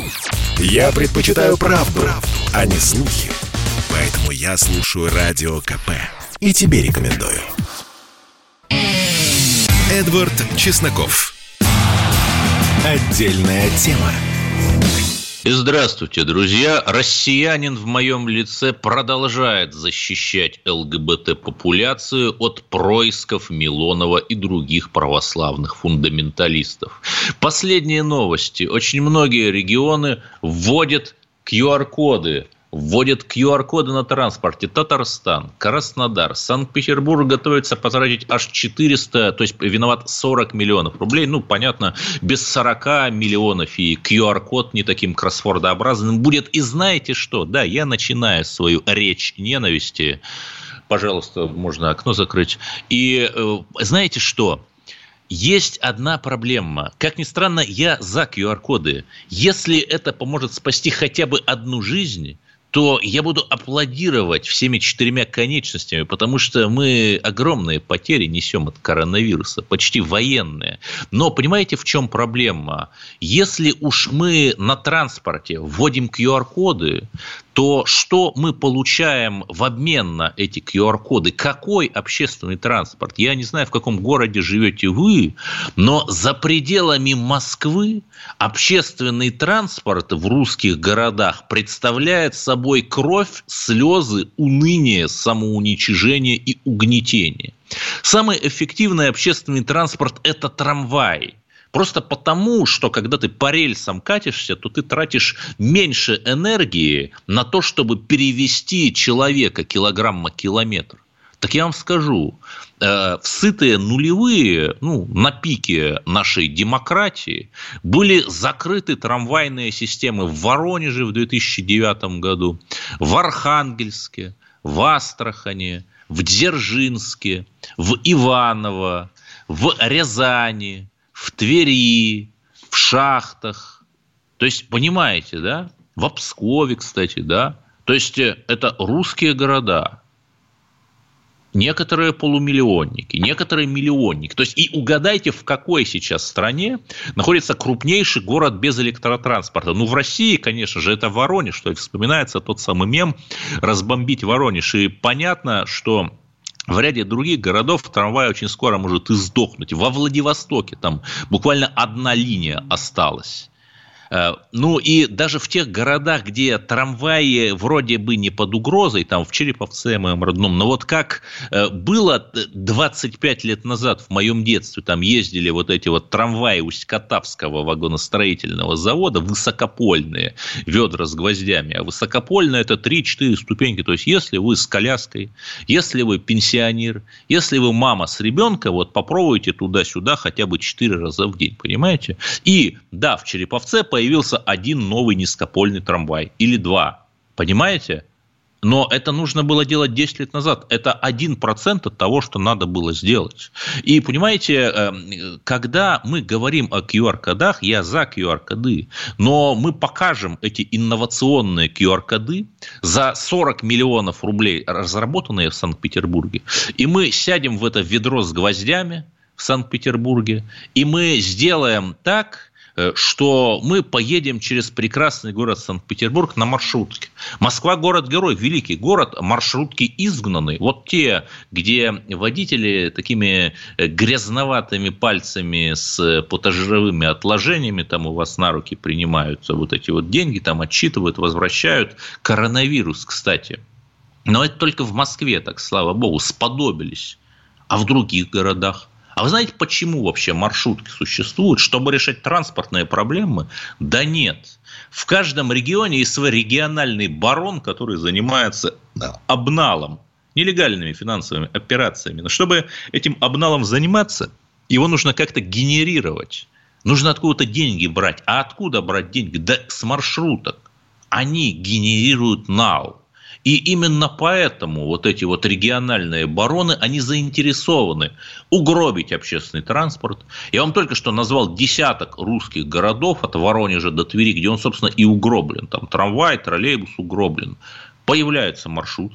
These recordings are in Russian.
Я предпочитаю правду, а не слухи. Поэтому я слушаю Радио КП. И тебе рекомендую. Эдвард Чесноков. Отдельная тема. Здравствуйте, друзья. Россиянин в моем лице продолжает защищать ЛГБТ-популяцию от происков Милонова и других православных фундаменталистов. Последние новости. Очень многие регионы вводят QR-коды. Вводят QR-коды на транспорте. Татарстан, Краснодар, Санкт-Петербург готовится потратить аж 400, то есть виноват 40 миллионов рублей. Ну, понятно, без 40 миллионов и QR-код не таким кроссвордообразным будет. И знаете что? Да, я начинаю свою речь ненависти. Пожалуйста, можно окно закрыть. И знаете что? Есть одна проблема. Как ни странно, я за QR-коды. Если это поможет спасти хотя бы одну жизнь, то я буду аплодировать всеми 4 конечностями, потому что мы огромные потери несем от коронавируса, почти военные. Но понимаете, в чем проблема? Если уж мы на транспорте вводим QR-коды, то что мы получаем в обмен на эти QR-коды? Какой общественный транспорт? Я не знаю, в каком городе живете вы, но за пределами Москвы общественный транспорт в русских городах представляет собой кровь, слезы, уныние, самоуничижение и угнетение. Самый эффективный общественный транспорт – это трамвай. Просто потому, что когда ты по рельсам катишься, то ты тратишь меньше энергии на то, чтобы перевести человека килограмма-километр. Так я вам скажу, в сытые нулевые, на пике нашей демократии, были закрыты трамвайные системы в Воронеже в 2009 году, в Архангельске, в Астрахани, в Дзержинске, в Иваново, в Рязани, в Твери, в Шахтах. То есть, понимаете, да? В Пскове, кстати, да? То есть, это русские города. Некоторые полумиллионники, некоторые миллионники. То есть, и угадайте, в какой сейчас стране находится крупнейший город без электротранспорта. В России, конечно же, это Воронеж. То есть, вспоминается тот самый мем «разбомбить Воронеж». И понятно, что в ряде других городов трамвай очень скоро может и сдохнуть. Во Владивостоке там буквально одна линия осталась. И даже в тех городах, где трамваи вроде бы не под угрозой, там в Череповце, моем родном, но вот как было 25 лет назад в моем детстве, там ездили вот эти вот трамваи Усть-Катавского вагоностроительного завода, высокопольные, ведра с гвоздями, а высокопольные – это 3-4 ступеньки, то есть если вы с коляской, если вы пенсионер, если вы мама с ребенком, вот попробуйте туда-сюда хотя бы 4 раза в день, понимаете? И да, в Череповце появился один новый низкопольный трамвай. Или 2. Понимаете? Но это нужно было делать 10 лет назад. Это 1% от того, что надо было сделать. И понимаете, когда мы говорим о QR-кодах, я за QR-коды, но мы покажем эти инновационные QR-коды за 40 миллионов рублей, разработанные в Санкт-Петербурге, и мы сядем в это ведро с гвоздями в Санкт-Петербурге, и мы сделаем так, что мы поедем через прекрасный город Санкт-Петербург на маршрутке. Москва – город-герой, великий город, маршрутки изгнаны. Вот те, где водители такими грязноватыми пальцами с потажировыми отложениями там у вас на руки принимаются вот эти вот деньги, там отчитывают, возвращают. Коронавирус, кстати. Но это только в Москве, так, слава богу, сподобились. А в других городах? А вы знаете, почему вообще маршрутки существуют? Чтобы решать транспортные проблемы? Да нет. В каждом регионе есть свой региональный барон, который занимается обналом, нелегальными финансовыми операциями. Но чтобы этим обналом заниматься, его нужно как-то генерировать. Нужно откуда-то деньги брать. А откуда брать деньги? Да с маршруток. Они генерируют нал. И именно поэтому вот эти вот региональные бароны, они заинтересованы угробить общественный транспорт. Я вам только что назвал десяток русских городов от Воронежа до Твери, где он, собственно, и угроблен. Там трамвай, троллейбус угроблен. Появляются маршрутки.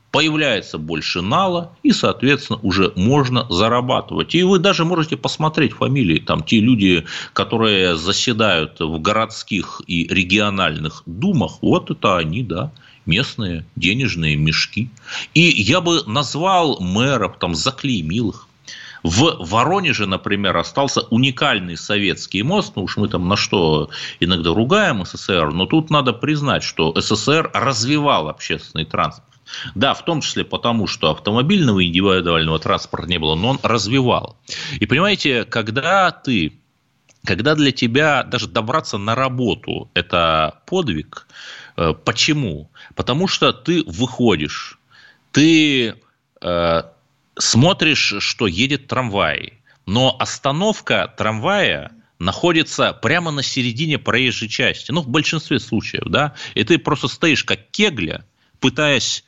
появляется больше нала, и, соответственно, уже можно зарабатывать. И вы даже можете посмотреть фамилии. Там те люди, которые заседают в городских и региональных думах, вот это они, да, местные денежные мешки. И я бы назвал мэров, там, заклеймил их. В Воронеже, например, остался уникальный советский мост. Ну уж мы там на что иногда ругаем СССР, но тут надо признать, что СССР развивал общественный транспорт. Да, в том числе потому, что автомобильного и индивидуального транспорта не было, но он развивал. И понимаете, когда для тебя даже добраться на работу – это подвиг. Почему? Потому что ты выходишь, ты смотришь, что едет трамвай, но остановка трамвая находится прямо на середине проезжей части, ну, в большинстве случаев, да, и ты просто стоишь как кегля, пытаясь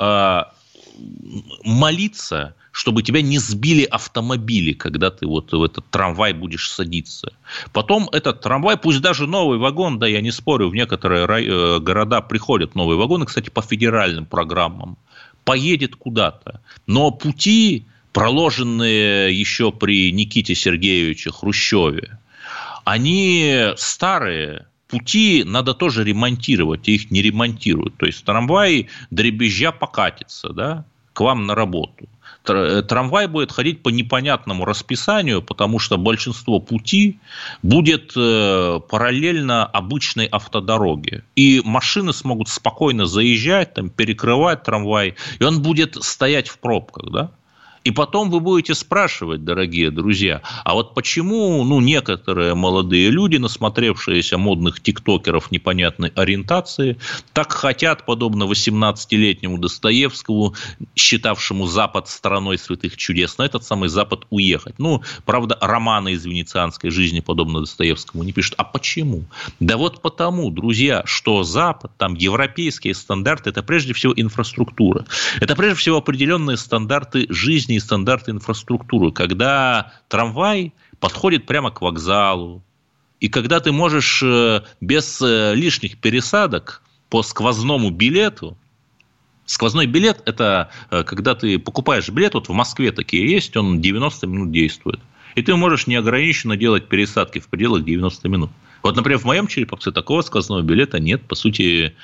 молиться, чтобы тебя не сбили автомобили, когда ты вот в этот трамвай будешь садиться. Потом этот трамвай, пусть даже новый вагон, да, я не спорю, в некоторые города приходят новые вагоны, кстати, по федеральным программам, поедет куда-то. Но пути, проложенные еще при Никите Сергеевиче Хрущеве, они старые. Пути надо тоже ремонтировать, и их не ремонтируют. То есть трамвай дребезжа покатится, да, к вам на работу. Трамвай будет ходить по непонятному расписанию, потому что большинство пути будет параллельно обычной автодороге. И машины смогут спокойно заезжать, там, перекрывать трамвай, и он будет стоять в пробках, да? И потом вы будете спрашивать, дорогие друзья, а вот почему некоторые молодые люди, насмотревшиеся модных тиктокеров непонятной ориентации, так хотят, подобно 18-летнему Достоевскому, считавшему Запад страной святых чудес, на этот самый Запад уехать. Правда, романы из венецианской жизни, подобно Достоевскому, не пишут. А почему? Да вот потому, друзья, что Запад, там европейские стандарты, это прежде всего инфраструктура. Это прежде всего определенные стандарты жизни и стандарты инфраструктуры, когда трамвай подходит прямо к вокзалу, и когда ты можешь без лишних пересадок по сквозному билету, сквозной билет – это когда ты покупаешь билет, вот в Москве такие есть, он 90 минут действует, и ты можешь неограниченно делать пересадки в пределах 90 минут. Вот, например, в моем Череповце такого сквозного билета нет, по сути.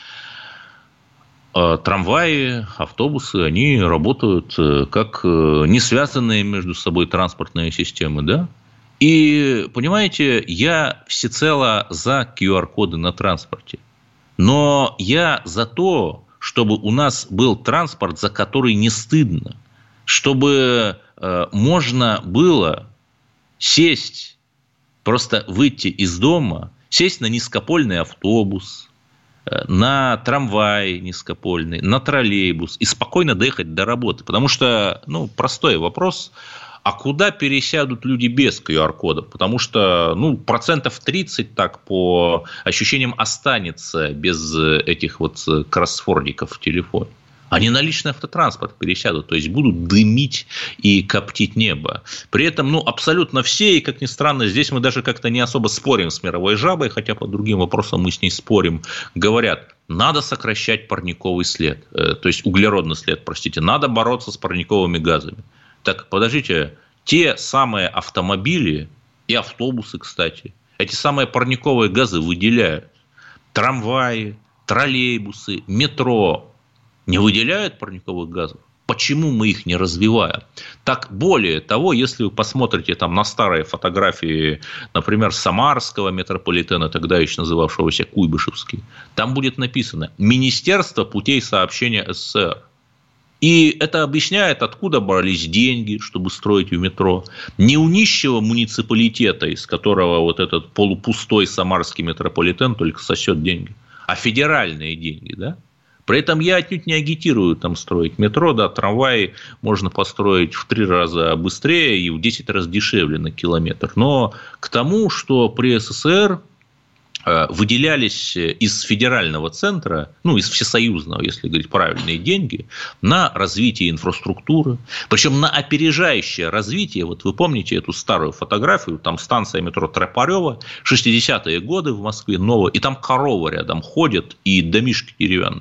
Трамваи, автобусы, они работают как не связанные между собой транспортные системы, да? И, понимаете, я всецело за QR-коды на транспорте. Но я за то, чтобы у нас был транспорт, за который не стыдно. Чтобы можно было сесть, просто выйти из дома, сесть на низкопольный автобус, на трамвай низкопольный, на троллейбус и спокойно доехать до работы. Потому что, простой вопрос, а куда пересядут люди без QR-кода? Потому что, 30% так по ощущениям останется без этих вот кроссвордиков в телефоне. Они на личный автотранспорт пересядут, то есть будут дымить и коптить небо. При этом, абсолютно все, и, как ни странно, здесь мы даже как-то не особо спорим с мировой жабой, хотя по другим вопросам мы с ней спорим, говорят, надо сокращать парниковый след, то есть углеродный след, надо бороться с парниковыми газами. Так, подождите, те самые автомобили и автобусы, кстати, эти самые парниковые газы выделяют. Трамваи, троллейбусы, метро не выделяют парниковых газов? Почему мы их не развиваем? Так, более того, если вы посмотрите там на старые фотографии, например, Самарского метрополитена, тогда еще называвшегося Куйбышевский, там будет написано «Министерство путей сообщения СССР». И это объясняет, откуда брались деньги, чтобы строить в метро. Не у нищего муниципалитета, из которого вот этот полупустой Самарский метрополитен только сосет деньги, а федеральные деньги, да? При этом я отнюдь не агитирую там строить метро, да, трамваи можно построить в 3 раза быстрее и в 10 раз дешевле на километр. Но к тому, что при СССР выделялись из федерального центра, из всесоюзного, если говорить правильные деньги, на развитие инфраструктуры, причем на опережающее развитие. Вот вы помните эту старую фотографию, там станция метро Тропарева, 60-е годы в Москве, новая, и там корова рядом ходит и домишки деревянные.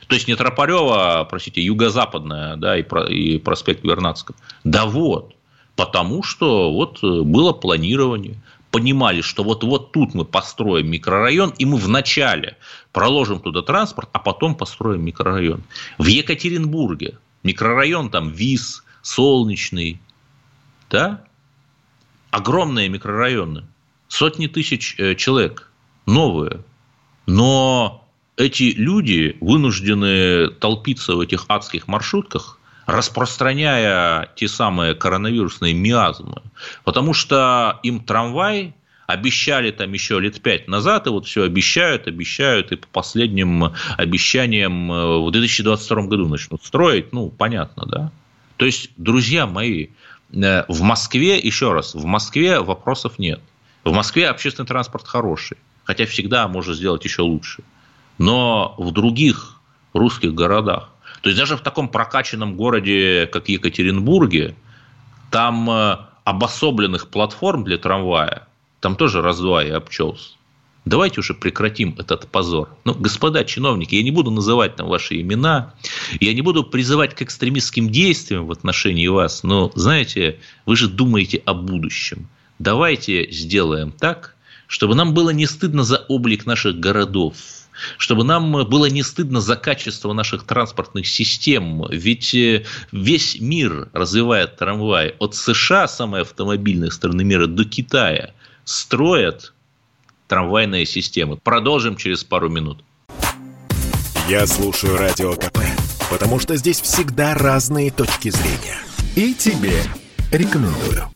То есть не Тропарева, а, простите, Юго-Западная, да, и проспект Вернадского. Да вот, потому что вот было планирование. Понимали, что вот тут мы построим микрорайон, и мы вначале проложим туда транспорт, а потом построим микрорайон. В Екатеринбурге микрорайон там ВИС, Солнечный, да? Огромные микрорайоны, сотни тысяч человек, новые. Но эти люди вынуждены толпиться в этих адских маршрутках, распространяя те самые коронавирусные миазмы, потому что им трамвай обещали там еще лет 5 назад, и вот все обещают, и по последним обещаниям в 2022 году начнут строить, понятно, да? То есть, друзья мои, в Москве, еще раз, в Москве вопросов нет. В Москве общественный транспорт хороший, хотя всегда можно сделать еще лучше. Но в других русских городах, то есть даже в таком прокачанном городе, как Екатеринбурге, там обособленных платформ для трамвая, там тоже раз-два и обчелся. Давайте уже прекратим этот позор. Господа чиновники, я не буду называть там ваши имена, я не буду призывать к экстремистским действиям в отношении вас, но, знаете, вы же думаете о будущем. Давайте сделаем так, чтобы нам было не стыдно за облик наших городов, чтобы нам было не стыдно за качество наших транспортных систем. Ведь весь мир развивает трамвай. От США, самой автомобильной страны мира, до Китая строят трамвайные системы. Продолжим через пару минут. Я слушаю Радио КП, потому что здесь всегда разные точки зрения. И тебе рекомендую.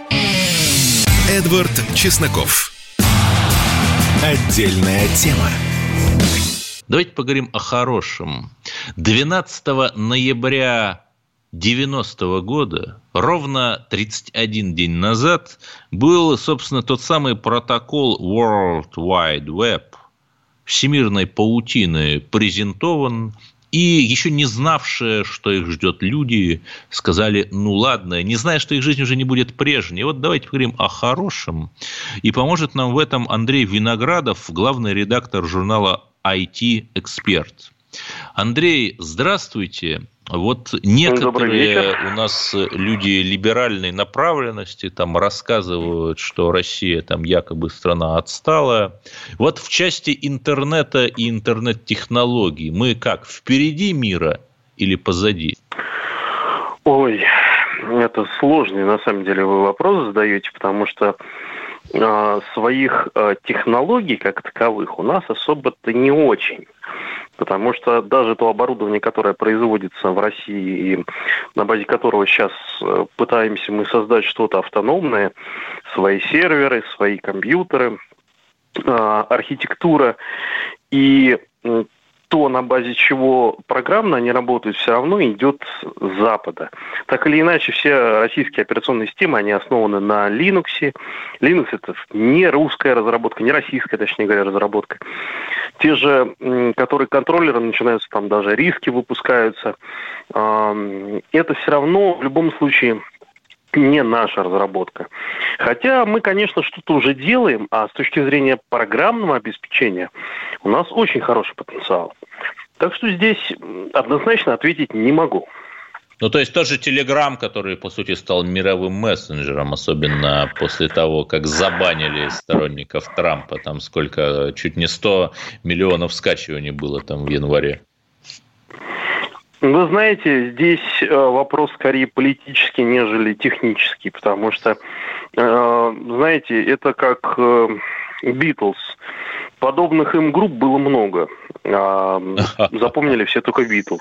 Эдвард Чесноков. Отдельная тема. Давайте поговорим о хорошем. 12 ноября 90-го года, ровно 31 день назад, был, собственно, тот самый протокол World Wide Web, всемирной паутины, презентован, и еще не знавшие, что их ждет люди, сказали, ладно, не зная, что их жизнь уже не будет прежней. Вот давайте поговорим о хорошем. И поможет нам в этом Андрей Виноградов, главный редактор журнала IT-эксперт. Андрей, здравствуйте. Вот некоторые у нас люди либеральной направленности там рассказывают, что Россия там якобы страна отсталая. Вот в части интернета и интернет-технологий мы как, впереди мира или позади? Ой, это сложный на самом деле вы вопрос задаете, потому что своих технологий как таковых у нас особо-то не очень. Потому что даже то оборудование, которое производится в России и на базе которого сейчас пытаемся мы создать что-то автономное, свои серверы, свои компьютеры, архитектура и то, на базе чего программно они работают, все равно идет с Запада. Так или иначе, все российские операционные системы, они основаны на Linux. Linux – это не русская разработка, не российская, точнее говоря, разработка. Те же, которые контроллеры, начинаются там даже риски выпускаются. Это все равно в любом случае не наша разработка. Хотя мы, конечно, что-то уже делаем, а с точки зрения программного обеспечения у нас очень хороший потенциал. Так что здесь однозначно ответить не могу. То есть тот же Telegram, который, по сути, стал мировым мессенджером, особенно после того, как забанили сторонников Трампа, там сколько, чуть не 100 миллионов скачиваний было там в январе. Вы знаете, здесь вопрос скорее политический, нежели технический, потому что, знаете, это как Beatles. Подобных им групп было много. Запомнили все только Beatles.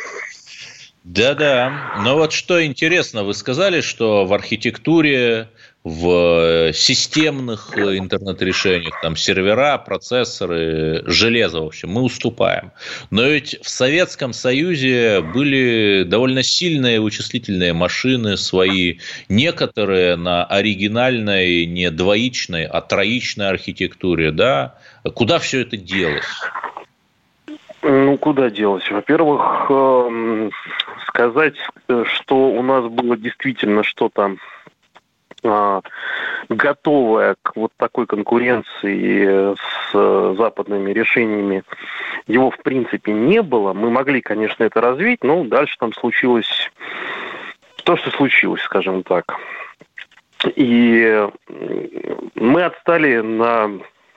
Да-да. Но вот что интересно, вы сказали, что в архитектуре, в системных интернет-решениях, там сервера, процессоры, железо, в общем, мы уступаем. Но ведь в Советском Союзе были довольно сильные вычислительные машины свои, некоторые на оригинальной, не двоичной, а троичной архитектуре, да? Куда все это делось? Куда делось? Во-первых, сказать, что у нас было действительно что-то готовая к вот такой конкуренции с западными решениями, его в принципе не было. Мы могли, конечно, это развить, но дальше там случилось то, что случилось, скажем так. И мы отстали на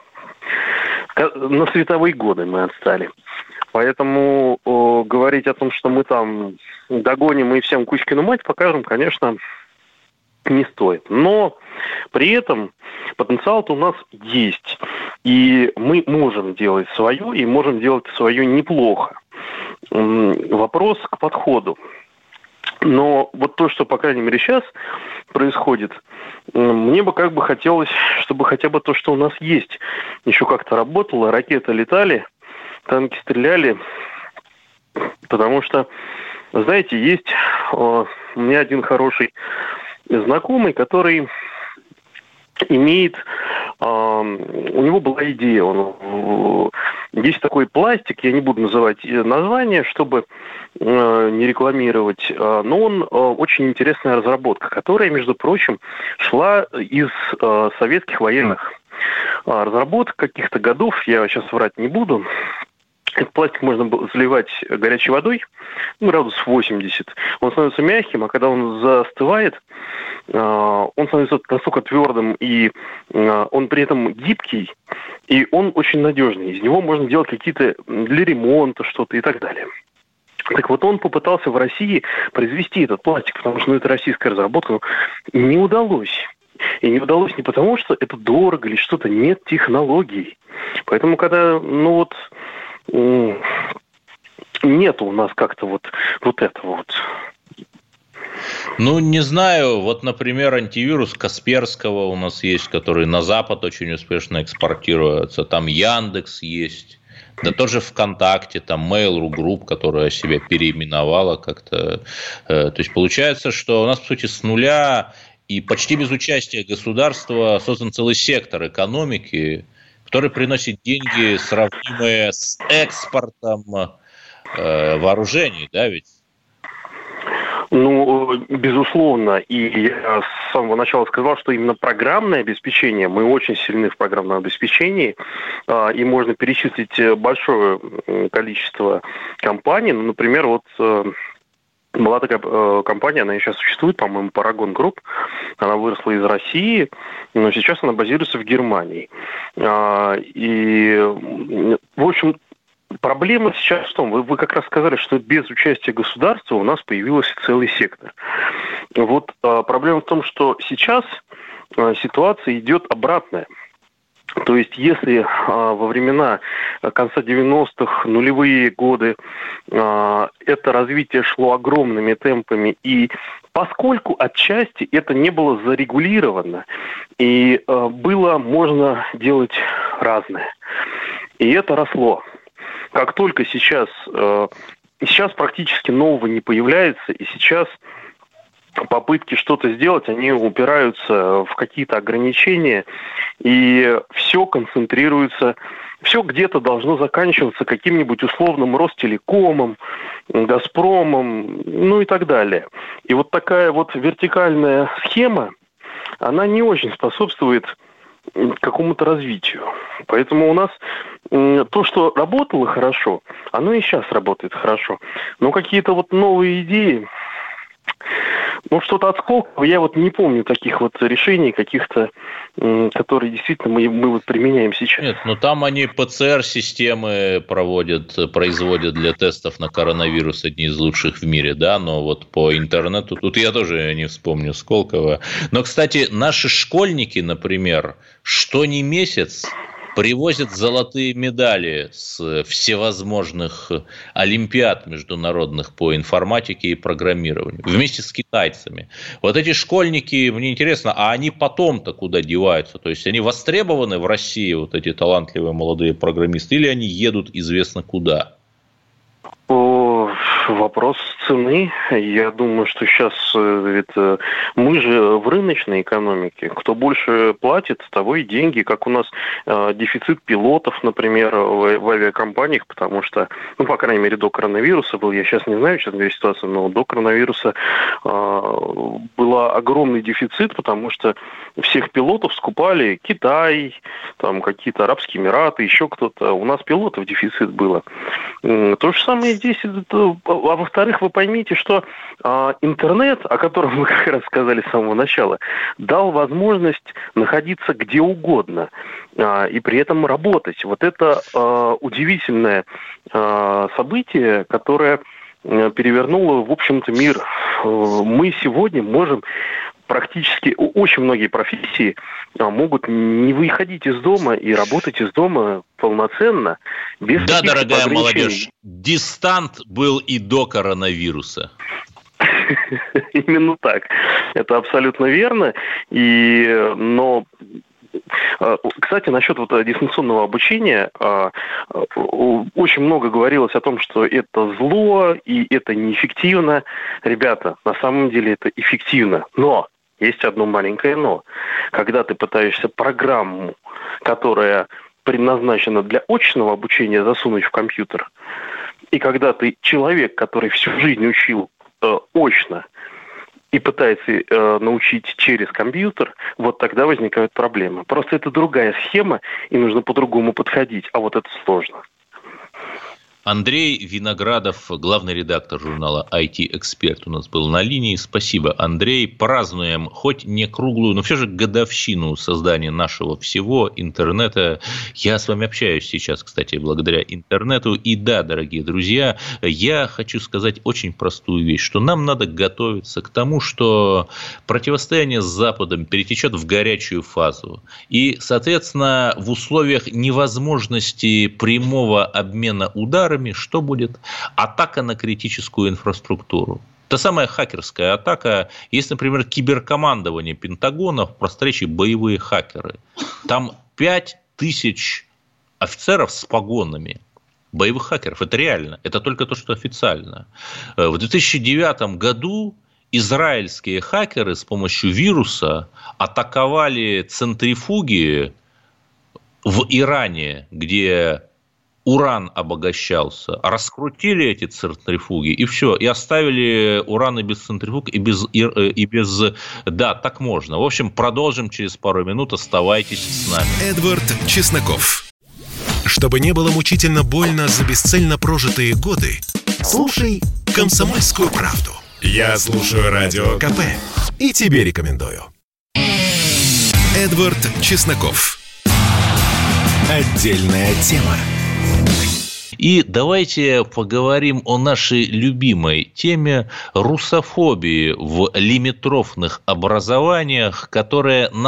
световые годы мы отстали. Поэтому говорить о том, что мы там догоним и всем Кузькину мать покажем, конечно, не стоит. Но при этом потенциал-то у нас есть. И мы можем делать свое, и можем делать свое неплохо. Вопрос к подходу. Но вот то, что, по крайней мере, сейчас происходит, мне бы как бы хотелось, чтобы хотя бы то, что у нас есть, еще как-то работало, ракеты летали, танки стреляли, потому что, знаете, есть у меня один хороший знакомый, который имеет, у него была идея, есть такой пластик, я не буду называть название, чтобы не рекламировать, но он очень интересная разработка, которая, между прочим, шла из советских военных разработок каких-то годов, я сейчас врать не буду. Этот пластик можно заливать горячей водой, градусов 80. Он становится мягким, а когда он застывает, он становится настолько твердым, и он при этом гибкий, и он очень надежный. Из него можно делать какие-то для ремонта что-то и так далее. Так вот, он попытался в России произвести этот пластик, потому что это российская разработка, но не удалось. И не удалось не потому, что это дорого или что-то, нет технологий. Поэтому, когда, нет у нас как-то вот этого вот. Не знаю, вот, например, антивирус Касперского у нас есть, который на Запад очень успешно экспортируется, там Яндекс есть, да тоже ВКонтакте, там Mail.ru Group, которая себя переименовала как-то. То есть получается, что у нас, по сути, с нуля и почти без участия государства создан целый сектор экономики, который приносит деньги, сравнимые с экспортом вооружений, да, ведь? Безусловно. И я с самого начала сказал, что именно программное обеспечение, мы очень сильны в программном обеспечении, и можно перечислить большое количество компаний. Например, была такая компания, она сейчас существует, по-моему, Paragon Group. Она выросла из России, но сейчас она базируется в Германии. И, в общем, проблема сейчас в том, вы как раз сказали, что без участия государства у нас появился целый сектор. Вот проблема в том, что сейчас ситуация идет обратная. То есть, если во времена конца 90-х, нулевые годы, это развитие шло огромными темпами, и поскольку отчасти это не было зарегулировано, и было можно делать разное, и это росло. Как только сейчас практически нового не появляется, и сейчас попытки что-то сделать, они упираются в какие-то ограничения, и все концентрируется, все где-то должно заканчиваться каким-нибудь условным Ростелекомом, Газпромом, и так далее. И вот такая вот вертикальная схема, она не очень способствует какому-то развитию. Поэтому у нас то, что работало хорошо, оно и сейчас работает хорошо. Но какие-то новые идеи, что-то от Сколково, я не помню таких решений каких-то, которые действительно мы применяем сейчас. Нет, там они ПЦР-системы производят для тестов на коронавирус, одни из лучших в мире, да, но по интернету, тут я тоже не вспомню Сколково. Но, кстати, наши школьники, например, что ни месяц привозят золотые медали с всевозможных олимпиад международных по информатике и программированию вместе с китайцами. Вот эти школьники, мне интересно, а они потом-то куда деваются? То есть они востребованы в России, вот эти талантливые молодые программисты, или они едут известно куда? вопрос цены. Я думаю, что сейчас мы же в рыночной экономике. Кто больше платит, того и деньги. Как у нас дефицит пилотов, например, в авиакомпаниях, потому что, по крайней мере, до коронавируса был, я сейчас не знаю, сейчас ситуация, но до коронавируса был огромный дефицит, потому что всех пилотов скупали Китай, там какие-то Арабские Эмираты, еще кто-то. У нас пилотов дефицит было. То же самое здесь. А во-вторых, вы поймите, что интернет, о котором вы как раз сказали с самого начала, дал возможность находиться где угодно и при этом работать. Вот это удивительное событие, которое перевернуло, в общем-то, мир. Мы сегодня можем практически очень многие профессии могут не выходить из дома и работать из дома полноценно, без да, дорогая ограничений. Молодежь, дистант был и до коронавируса. Именно так. Это абсолютно верно. Но, кстати, насчет дистанционного обучения, очень много говорилось о том, что это зло и это неэффективно. Ребята, на самом деле это эффективно. Но есть одно маленькое но. Когда ты пытаешься программу, которая предназначена для очного обучения, засунуть в компьютер, и когда ты человек, который всю жизнь учил очно, и пытается научить через компьютер, вот тогда возникают проблемы. Просто это другая схема, и нужно по-другому подходить, а вот это сложно. Андрей Виноградов, главный редактор журнала IT-эксперт, у нас был на линии. Спасибо, Андрей. Празднуем хоть не круглую, но все же годовщину создания нашего всего интернета. Я с вами общаюсь сейчас, кстати, благодаря интернету. И да, дорогие друзья, я хочу сказать очень простую вещь, что нам надо готовиться к тому, что противостояние с Западом перетечет в горячую фазу. И, соответственно, в условиях невозможности прямого обмена ударами, что будет? Атака на критическую инфраструктуру. Та самая хакерская атака. Есть, например, киберкомандование Пентагона, в просторечии боевые хакеры. Там 5000 офицеров с погонами. Боевых хакеров. Это реально. Это только то, что официально. В 2009 году израильские хакеры с помощью вируса атаковали центрифуги в Иране, где уран обогащался, раскрутили эти центрифуги, и все, и оставили уран и без центрифуг, и без... Да, так можно. В общем, продолжим через пару минут. Оставайтесь с нами. Эдвард Чесноков. Чтобы не было мучительно больно за бесцельно прожитые годы, слушай «Комсомольскую правду». Я слушаю Радио КП и тебе рекомендую. Эдвард Чесноков. Отдельная тема. И давайте поговорим о нашей любимой теме русофобии в лимитрофных образованиях, которые на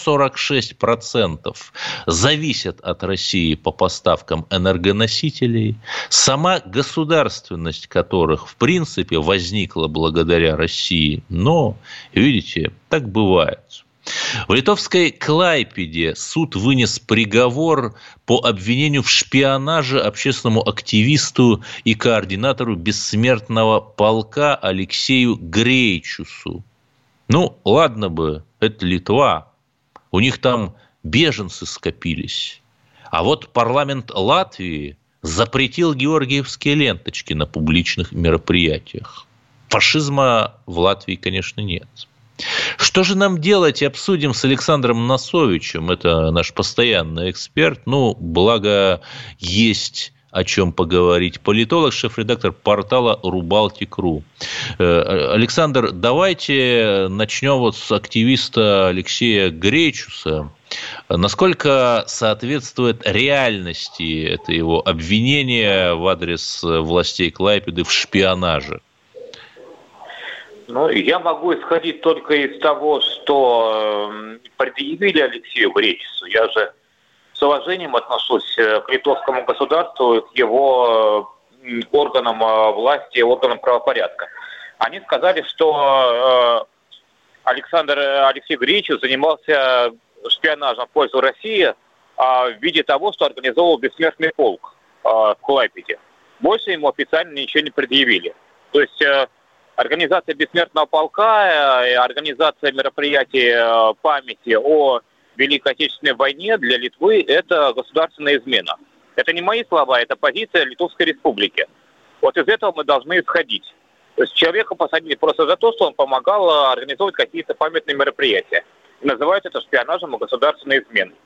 146% зависят от России по поставкам энергоносителей, сама государственность которых, в принципе, возникла благодаря России. Но, видите, так бывает. В литовской Клайпеде суд вынес приговор по обвинению в шпионаже общественному активисту и координатору бессмертного полка Алексею Грейчусу. Ну, ладно бы, это Литва, у них там беженцы скопились. А вот парламент Латвии запретил георгиевские ленточки на публичных мероприятиях. Фашизма в Латвии, конечно, нет. Что же нам делать, обсудим с Александром Носовичем, это наш постоянный эксперт, благо есть о чем поговорить. Политолог, шеф-редактор портала Рубалтик.ру. Александр, давайте начнем с активиста Алексея Грейчуса. Насколько соответствует реальности это его обвинение в адрес властей Клайпеды в шпионаже? Я могу исходить только из того, что предъявили Алексею Грейчусу. Я же с уважением отношусь к литовскому государству, к его органам власти, органам правопорядка. Они сказали, что Алексей Грейчус занимался шпионажем в пользу России в виде того, что организовал бессмертный полк в Клайпеде. Больше ему официально ничего не предъявили. То есть организация Бессмертного полка, организация мероприятий памяти о Великой Отечественной войне для Литвы – это государственная измена. Это не мои слова, это позиция Литовской Республики. Вот из этого мы должны исходить. То есть человека посадили просто за то, что он помогал организовывать какие-то памятные мероприятия. И называют это шпионажем и государственной изменой.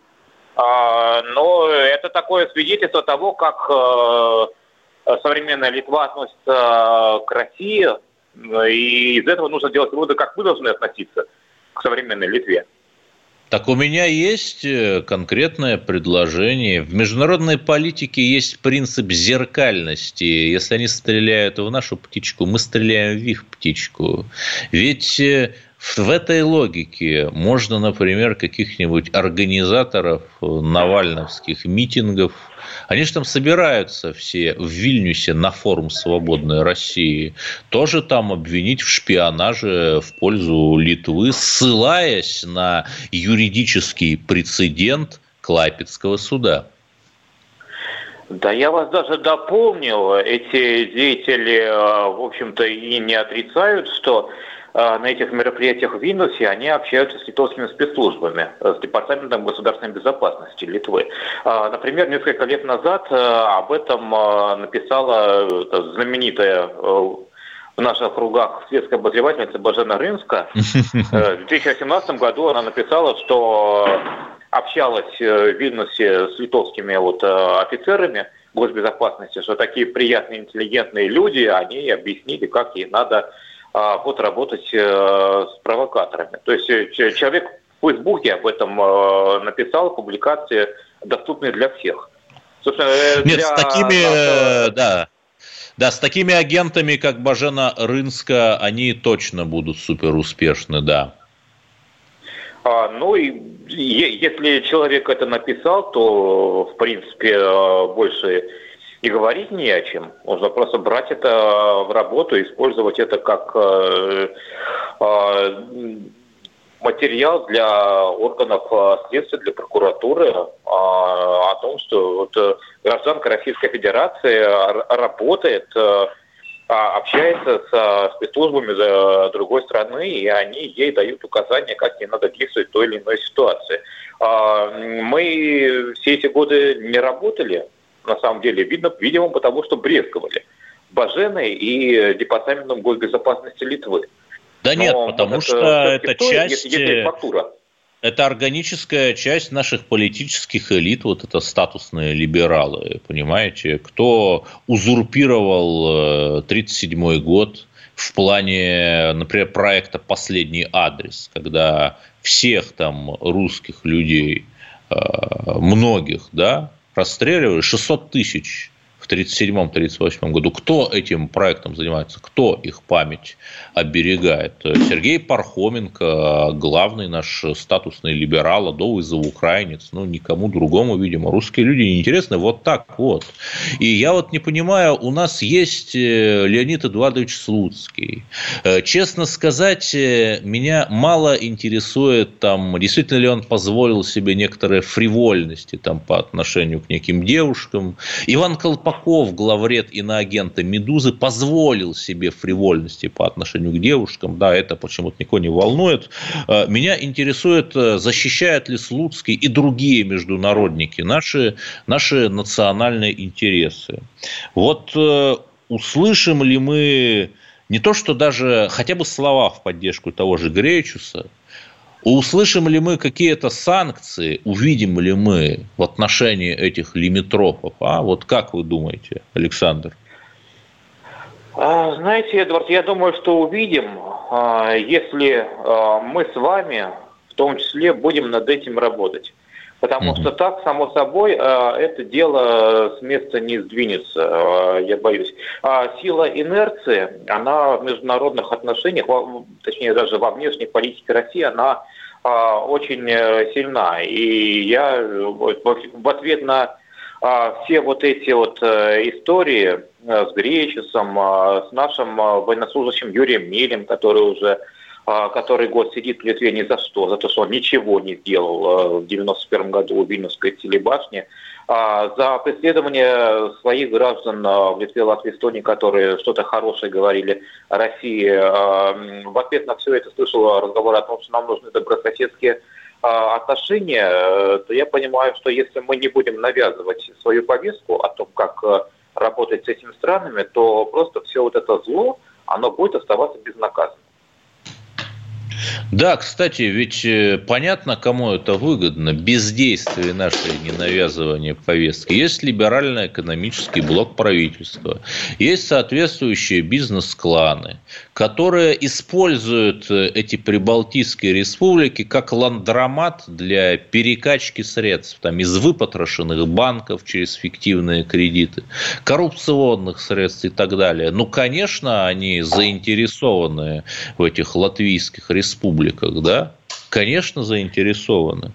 Но это такое свидетельство того, как современная Литва относится к России, и из этого нужно делать выводы, как мы должны относиться к современной Литве. Так у меня есть конкретное предложение. В международной политике есть принцип зеркальности. Если они стреляют в нашу птичку, мы стреляем в их птичку. Ведь в этой логике можно, например, каких-нибудь организаторов навальновских митингов, они же там собираются все в Вильнюсе на форум «Свободной России», тоже там обвинить в шпионаже в пользу Литвы, ссылаясь на юридический прецедент Клайпедского суда. Да, я вас даже дополнил. Эти деятели, в общем-то, и не отрицают, что на этих мероприятиях в Вильнюсе они общаются с литовскими спецслужбами, с Департаментом государственной безопасности Литвы. Например, несколько лет назад об этом написала знаменитая в наших кругах светская обозревательница Божена Рынска. В 2018 году она написала, что общалась в Вильнюсе с литовскими офицерами госбезопасности, что такие приятные, интеллигентные люди, они объяснили, как ей надо работать с провокаторами. То есть человек в Фейсбуке об этом написал, публикации доступны для всех. Собственно, нет, с такими, с такими агентами, как Божена Рынска, они точно будут суперуспешны, да. Ну и если человек это написал, то в принципе больше и говорить не о чем. Нужно просто брать это в работу, использовать это как материал для органов следствия, для прокуратуры о том, что гражданка Российской Федерации работает, общается со спецслужбами другой страны, и они ей дают указания, как ей надо действовать в той или иной ситуации. Мы все эти годы не работали, на самом деле, видимо, потому что брезговали Боженой и Департаментом госбезопасности Литвы. Да нет, потому что это часть, если фактура. Это органическая часть наших политических элит, это статусные либералы, понимаете, кто узурпировал 1937 год в плане, например, проекта «Последний адрес», когда всех там русских людей, многих, расстреливали, 600 тысяч в 1937-1938 году. Кто этим проектом занимается? Кто их память оберегает? Сергей Пархоменко, главный наш статусный либерал, адовый украинец, никому другому, видимо, русские люди неинтересны, так. И я не понимаю, у нас есть Леонид Эдуардович Слуцкий. Честно сказать, меня мало интересует, действительно ли он позволил себе некоторые фривольности по отношению к неким девушкам. Иван Колпаков, главред иноагента «Медузы», позволил себе фривольности по отношению к девушкам. Да, это почему-то никого не волнует. Меня интересует, защищают ли Слуцкий и другие международники наши национальные интересы. Услышим ли мы не то, что даже хотя бы слова в поддержку того же Гречуса, услышим ли мы какие-то санкции, увидим ли мы в отношении этих лимитрофов? Как вы думаете, Александр? Знаете, Эдвард, я думаю, что увидим, если мы с вами, в том числе, будем над этим работать. Потому что так, само собой, это дело с места не сдвинется, я боюсь. Сила инерции, она в международных отношениях, точнее даже во внешней политике России, она очень сильна. И я в ответ на все эти истории с Гречусом, с нашим военнослужащим Юрием Милем, который уже который год сидит в Литве ни за что, за то, что он ничего не сделал в 91 году в Вильнюсской телебашне, за преследование своих граждан в Литве, Латвии, Эстонии, которые что-то хорошее говорили о России. В ответ на все это слышал разговор о том, что нам нужны добрососедские отношения, то я понимаю, что если мы не будем навязывать свою повестку о том, как работать с этими странами, то просто все вот это зло, оно будет оставаться безнаказанным. Да, кстати, ведь понятно, кому это выгодно. Бездействие наше, не навязывание повестки. Есть либерально-экономический блок правительства. Есть соответствующие бизнес-кланы, которые используют эти прибалтийские республики как ландромат для перекачки средств там, из выпотрошенных банков через фиктивные кредиты, коррупционных средств и так далее. Ну, конечно, они заинтересованы в этих латвийских республиках, да? Конечно, заинтересованы.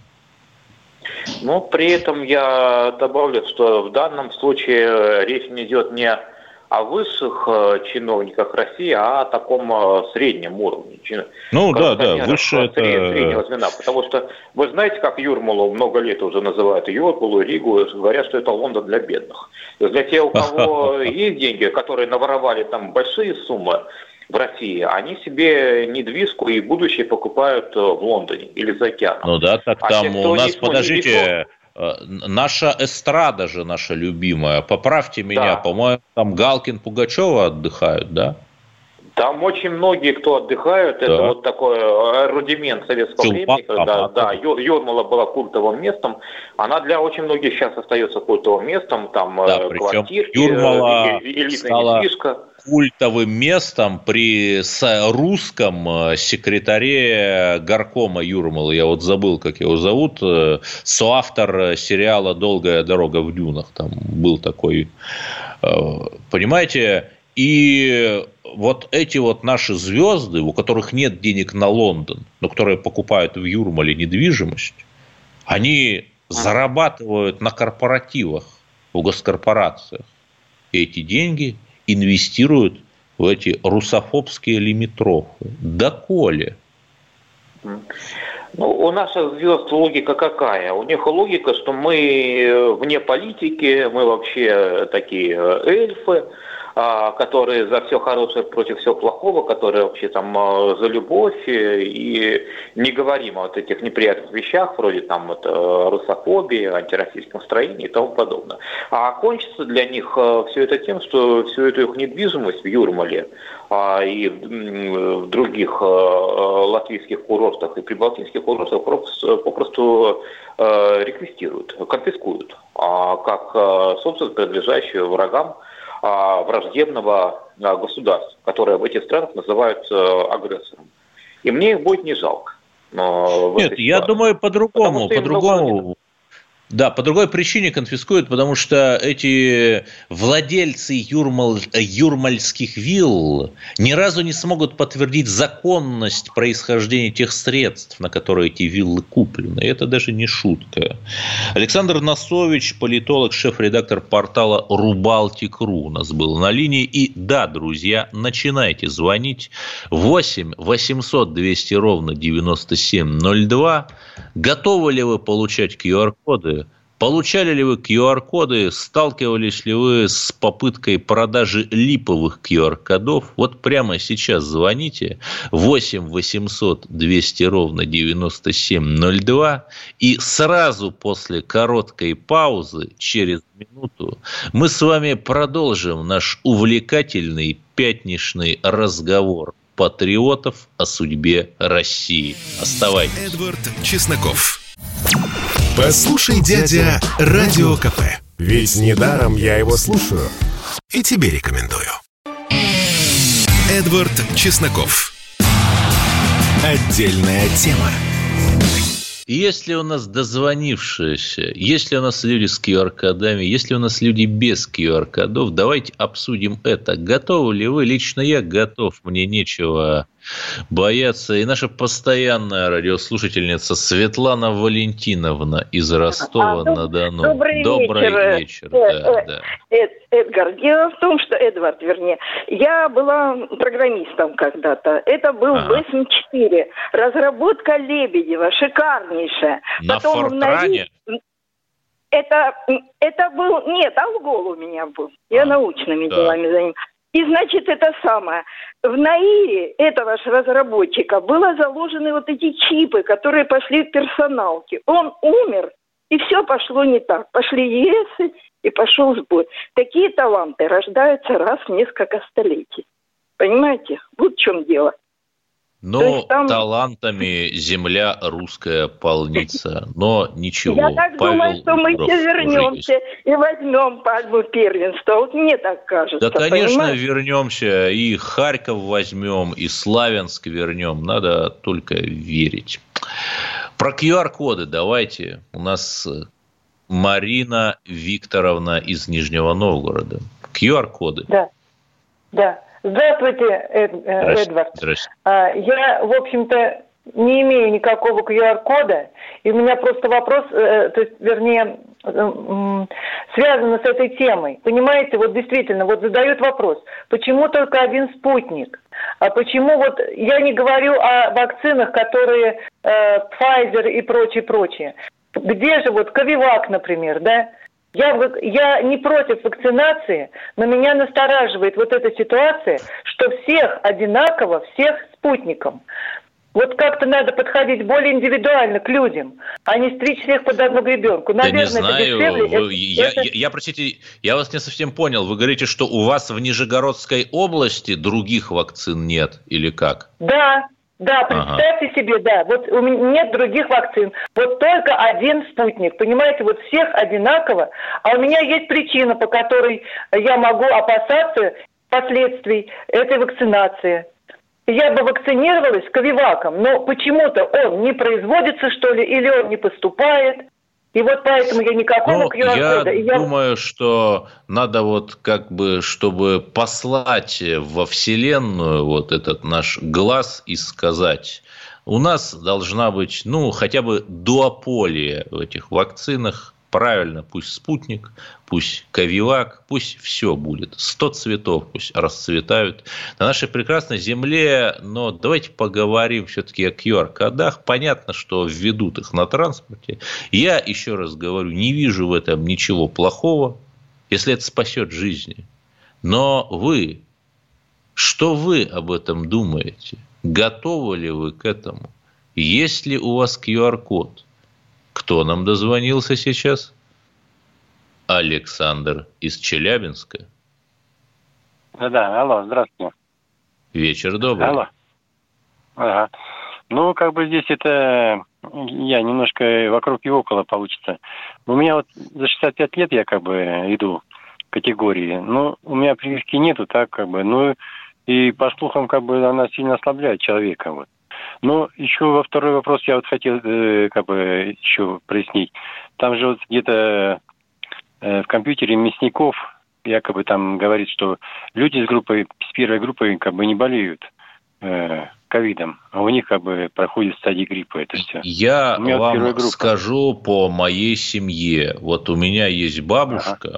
Но при этом я добавлю, что в данном случае речь не идет не о высших чиновниках России, а о таком среднем уровне. Ну да, высшее это... Среднего звена. Потому что вы знаете, как Юрмалу много лет уже называют Юрмалу, Ригу, говорят, что это Лондон для бедных. Для тех, у кого есть деньги, которые наворовали там большие суммы в России, они себе недвижку и будущее покупают в Лондоне или за океаном. Ну да, так там у нас, подождите, наша эстрада же, наша любимая, поправьте меня, по-моему, там Галкин, Пугачева отдыхают, да? Там очень многие, кто отдыхают, это вот такой рудимент советского времени, когда Юрмала была культовым местом, она для очень многих сейчас остается культовым местом, там квартирки, элитная недвижка. Культовым местом при русском секретаре горкома Юрмалы, я вот забыл, как его зовут, соавтор сериала «Долгая дорога в дюнах», там был такой, понимаете, и вот эти вот наши звезды, у которых нет денег на Лондон, но которые покупают в Юрмале недвижимость, они зарабатывают на корпоративах, в госкорпорациях. И эти деньги инвестируют в эти русофобские лимитрофы. Доколе? Ну, у наших звезд логика какая? У них логика, что мы вне политики, мы вообще такие эльфы, которые за все хорошее против всего плохого, которые вообще там за любовь, и не говорим о вот этих неприятных вещах, вроде там вот русофобии, антироссийском настроении и тому подобное. А кончится для них все это тем, что всю эту их недвижимость в Юрмале и в других латвийских курортах и прибалтийских курортах попросту реквестируют, конфискуют, как собственно принадлежащую врагам враждебного государства, которое в этих странах называют агрессором. И мне их будет не жалко. Нет, я думаю, по-другому. Да, по другой причине конфискуют, потому что эти владельцы юрмальских вилл ни разу не смогут подтвердить законность происхождения тех средств, на которые эти виллы куплены. И это даже не шутка. Александр Носович, политолог, шеф-редактор портала Рубалтик.ру у нас был на линии. И да, друзья, начинайте звонить. 8 800 200 ровно 9702. Готовы ли вы получать QR-коды? Получали ли вы QR-коды? Сталкивались ли вы с попыткой продажи липовых QR-кодов? Вот прямо сейчас звоните 8 800 200 ровно 9702. И сразу после короткой паузы, через минуту, мы с вами продолжим наш увлекательный пятничный разговор патриотов о судьбе России. Оставайтесь. Эдвард Чесноков. Послушай, дядя, Радио КП. Ведь недаром я его слушаю. И тебе рекомендую. Эдвард Чесноков. Отдельная тема. Если у нас дозвонившиеся, если у нас люди с QR-кодами, если у нас люди без QR-кодов, давайте обсудим это. Готовы ли вы? Лично я готов. Мне нечего Боятся и наша постоянная радиослушательница Светлана Валентиновна из Ростова-на-Дону. Добрый вечер. Да. Эдгар, дело в том, что, Эдвард, вернее, я была программистом когда-то. Это был БЭСМ-4. Разработка Лебедева, шикарнейшая. На Фортране? Это был... Нет, Алгол у меня был. Я научными делами занималась. И, значит, это самое. В НАИРе этого же разработчика было заложены вот эти чипы, которые пошли в персоналке. Он умер, и все пошло не так. Пошли ЕСы, и пошел сбой. Такие таланты рождаются раз в несколько столетий. Понимаете? Вот в чем дело. Но талантами земля русская полнится. Но ничего. Я так думаю, что мы все вернемся и возьмем пальму первенства. Вот мне так кажется. Да, конечно, понимаете? Вернемся. И Харьков возьмем, и Славянск вернем. Надо только верить. Про QR-коды давайте. У нас Марина Викторовна из Нижнего Новгорода. QR-коды. Да. Здравствуйте, Эдвард. Здравствуйте. Я, в общем-то, не имею никакого QR-кода, и у меня просто вопрос, связано с этой темой. Понимаете, вот действительно, вот задают вопрос, почему только один спутник? А почему вот, я не говорю о вакцинах, которые Pfizer и прочее. Где же вот Ковивак, например, да? Я не против вакцинации, но меня настораживает вот эта ситуация, что всех одинаково, всех спутником. Вот как-то надо подходить более индивидуально к людям, а не стричь всех под одну гребенку. Наверное, не знаю. Это дешевле. Простите, я вас не совсем понял. Вы говорите, что у вас в Нижегородской области других вакцин нет или как? Да, представьте себе, да, вот у меня нет других вакцин, вот только один спутник, понимаете, вот всех одинаково, а у меня есть причина, по которой я могу опасаться последствий этой вакцинации. Я бы вакцинировалась Ковиваком, но почему-то он не производится, что ли, или он не поступает. И вот поэтому я никакого QR-кода. Я думаю, что надо вот как бы, чтобы послать во Вселенную вот этот наш глаз и сказать, у нас должна быть, хотя бы дуополия в этих вакцинах. Правильно, пусть спутник, пусть Ковивак, пусть все будет. 100 цветов пусть расцветают на нашей прекрасной земле. Но давайте поговорим все-таки о QR-кодах. Понятно, что введут их на транспорте. Я, еще раз говорю, не вижу в этом ничего плохого, если это спасет жизни. Но что вы об этом думаете? Готовы ли вы к этому? Есть ли у вас QR-код? Кто нам дозвонился сейчас? Александр из Челябинска. Да, алло, здравствуйте. Вечер добрый. Алло. Ага. Здесь это я немножко вокруг и около получится. У меня вот за 65 лет я иду категории. У меня прививки нету, и по слухам, она сильно ослабляет человека, вот. Но еще во второй вопрос я вот хотел еще прояснить. Там же вот где-то в компьютере Мясников якобы там говорит, что люди с первой группой не болеют ковидом, а у них проходит стадии гриппа это все. Я вам скажу по моей семье. Вот у меня есть бабушка,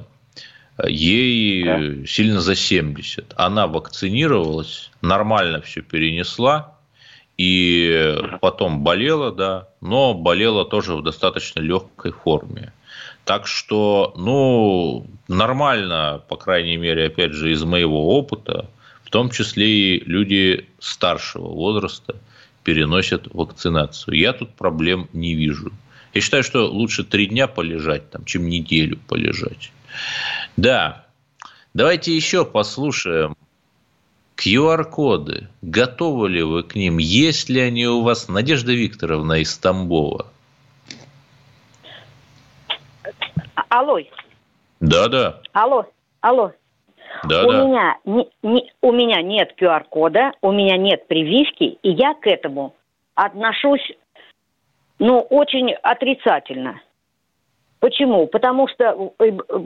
ей сильно за 70. Она вакцинировалась, нормально все перенесла. И потом болела, но болела тоже в достаточно легкой форме. Так что, нормально, по крайней мере, опять же, из моего опыта, в том числе и люди старшего возраста переносят вакцинацию. Я тут проблем не вижу. Я считаю, что лучше 3 дня полежать, чем неделю полежать. Да, давайте еще послушаем. QR-коды. Готовы ли вы к ним? Есть ли они у вас? Надежда Викторовна из Тамбова. Алло. Да. Алло. Да. У меня нет QR-кода, у меня нет прививки, и я к этому отношусь, очень отрицательно. Почему? Потому что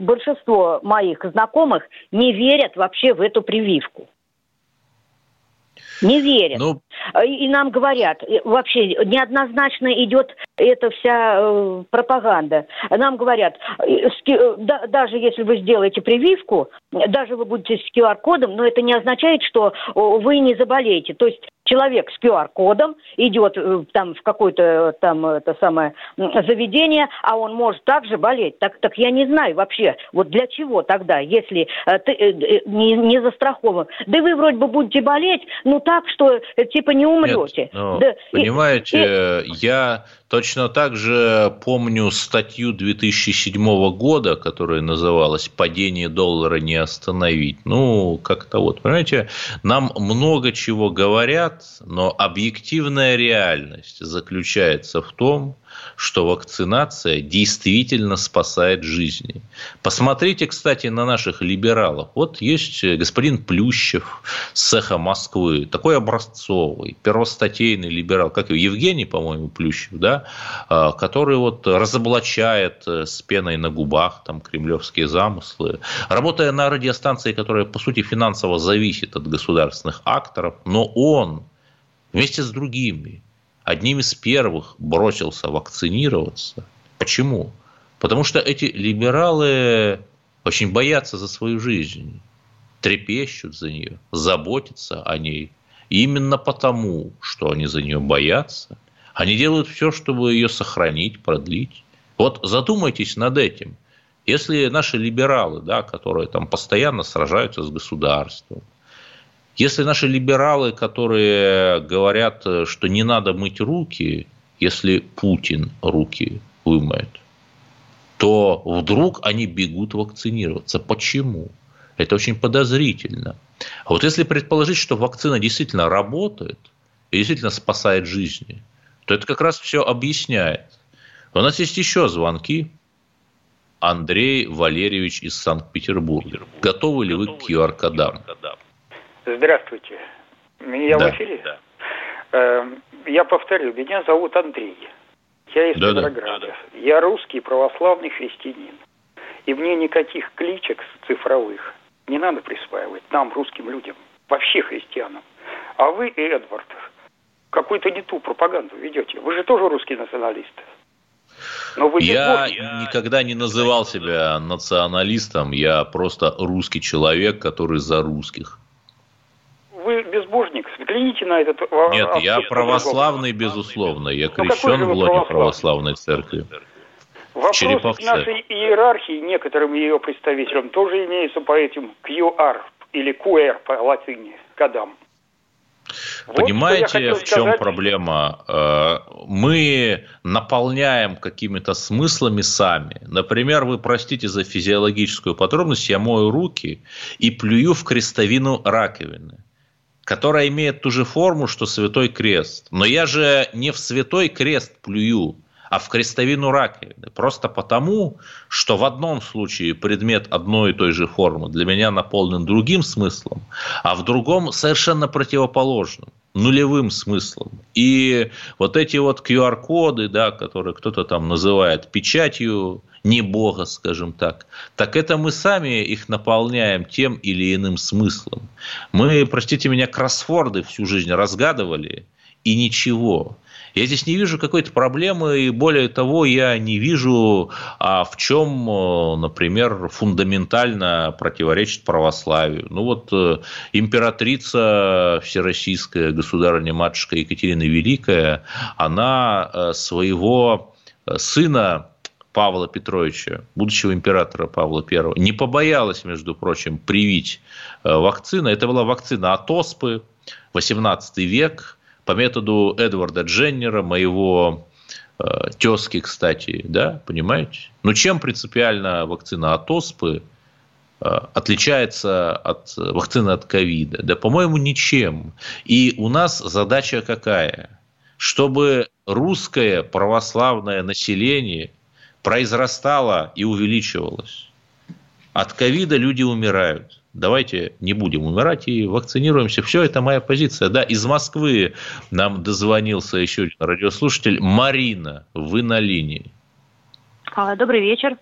большинство моих знакомых не верят вообще в эту прививку. Не верят. И нам говорят, вообще неоднозначно идет эта вся пропаганда. Нам говорят, даже если вы сделаете прививку, даже вы будете с QR-кодом, но это не означает, что вы не заболеете. То есть человек с QR-кодом идет там в какое-то там это самое заведение, а он может также болеть. Так я не знаю вообще, вот для чего тогда, если ты не застрахован. Да вы вроде бы будете болеть, так, что типа не умрете. Нет, понимаете, я точно так же помню статью 2007 года, которая называлась «Падение доллара не остановить». Как-то понимаете, нам много чего говорят, но объективная реальность заключается в том, что вакцинация действительно спасает жизни. Посмотрите, кстати, на наших либералов. Вот есть господин Плющев с «Эхо Москвы», такой образцовый, первостатейный либерал, как Евгений, по-моему, Плющев, да, который разоблачает с пеной на губах там кремлевские замыслы, работая на радиостанции, которая, по сути, финансово зависит от государственных акторов, но он вместе с другими одним из первых бросился вакцинироваться. Почему? Потому что эти либералы очень боятся за свою жизнь, трепещут за нее, заботятся о ней. И именно потому, что они за нее боятся, они делают все, чтобы ее сохранить, продлить. Вот задумайтесь над этим. Если наши либералы, да, которые там постоянно сражаются с государством, если наши либералы, которые говорят, что не надо мыть руки, если Путин руки вымоет, то вдруг они бегут вакцинироваться. Почему? Это очень подозрительно. А вот если предположить, что вакцина действительно работает и действительно спасает жизни, то это как раз все объясняет. У нас есть еще звонки. Андрей Валерьевич из Санкт-Петербурга. Готовы ли вы к QR-кодам? Здравствуйте. Я в эфире? Да. Я повторю, меня зовут Андрей. Я из Петрограда. Да. Я русский православный христианин. И мне никаких кличек цифровых не надо присваивать нам, русским людям, вообще христианам. А вы, Эдвард, какую-то не ту пропаганду ведете. Вы же тоже русский националист. Я никогда не называл себя националистом. Я просто русский человек, который за русских. Вы безбожник. Взгляните на этот вопрос. Нет, я православный, безусловно. Я крещен в лоне православной церкви. Вопрос к нашей иерархии, некоторым ее представителям, тоже имеется по этим QR или QR по латыни кодам. Понимаете, в чем проблема? Мы наполняем какими-то смыслами сами. Например, вы простите за физиологическую подробность, я мою руки и плюю в крестовину раковины, которая имеет ту же форму, что Святой Крест. Но я же не в Святой Крест плюю, а в крестовину раковины. Просто потому, что в одном случае предмет одной и той же формы для меня наполнен другим смыслом, а в другом совершенно противоположным, нулевым смыслом. И вот эти вот QR-коды, да, которые кто-то там называет печатью не Бога, скажем так это мы сами их наполняем тем или иным смыслом. Мы, простите меня, кроссворды всю жизнь разгадывали, и ничего. Я здесь не вижу какой-то проблемы, и более того, я не вижу, в чем, например, фундаментально противоречит православию. Императрица всероссийская, государыня-матушка Екатерина Великая, она своего сына Павла Петровича, будущего императора Павла I, не побоялась, между прочим, привить вакцину. Это была вакцина от оспы, 18 век, по методу Эдварда Дженнера, моего тезки, кстати, да, понимаете? Но чем принципиально вакцина от оспы отличается от вакцины от ковида? Да, по-моему, ничем. И у нас задача какая? Чтобы русское православное население произрастало и увеличивалось. От ковида люди умирают. Давайте не будем умирать и вакцинируемся. Все, это моя позиция. Да, из Москвы нам дозвонился еще один радиослушатель. Марина, вы на линии. Добрый вечер.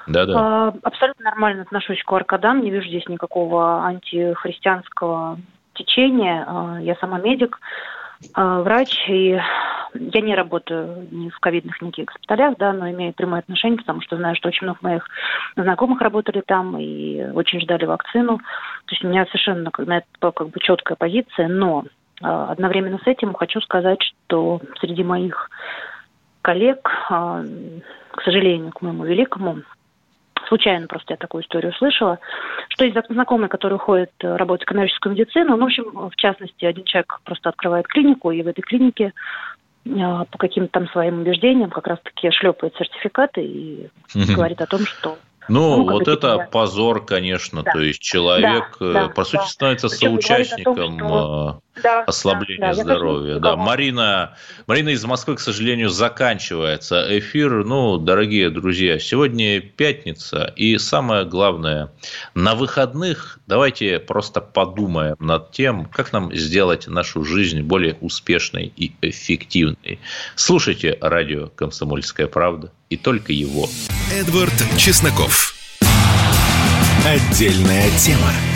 Да. Абсолютно нормально отношусь к QR-кодам. Не вижу здесь никакого антихристианского течение. Я сама медик, врач, и я не работаю ни в ковидных никаких госпиталях, да, но имею прямое отношение, потому что знаю, что очень много моих знакомых работали там и очень ждали вакцину. То есть у меня совершенно на это как бы четкая позиция, но одновременно с этим хочу сказать, что среди моих коллег, к сожалению, к моему великому, случайно просто я такую историю услышала, что есть знакомые, которые уходят работать в коммерческую медицину. Ну, в общем, в частности, один человек просто открывает клинику, и в этой клинике по каким-то там своим убеждениям как раз-таки шлепает сертификаты и говорит о том, что... Ну, вот это позор, конечно. Да. То есть человек, по сути, становится соучастником ослабления здоровья. Да. Марина из Москвы, к сожалению, заканчивается эфир. Ну, дорогие друзья, сегодня пятница. И самое главное, на выходных давайте просто подумаем над тем, как нам сделать нашу жизнь более успешной и эффективной. Слушайте радио «Комсомольская правда» и только его. Эдвард Чесноков. Отдельная тема.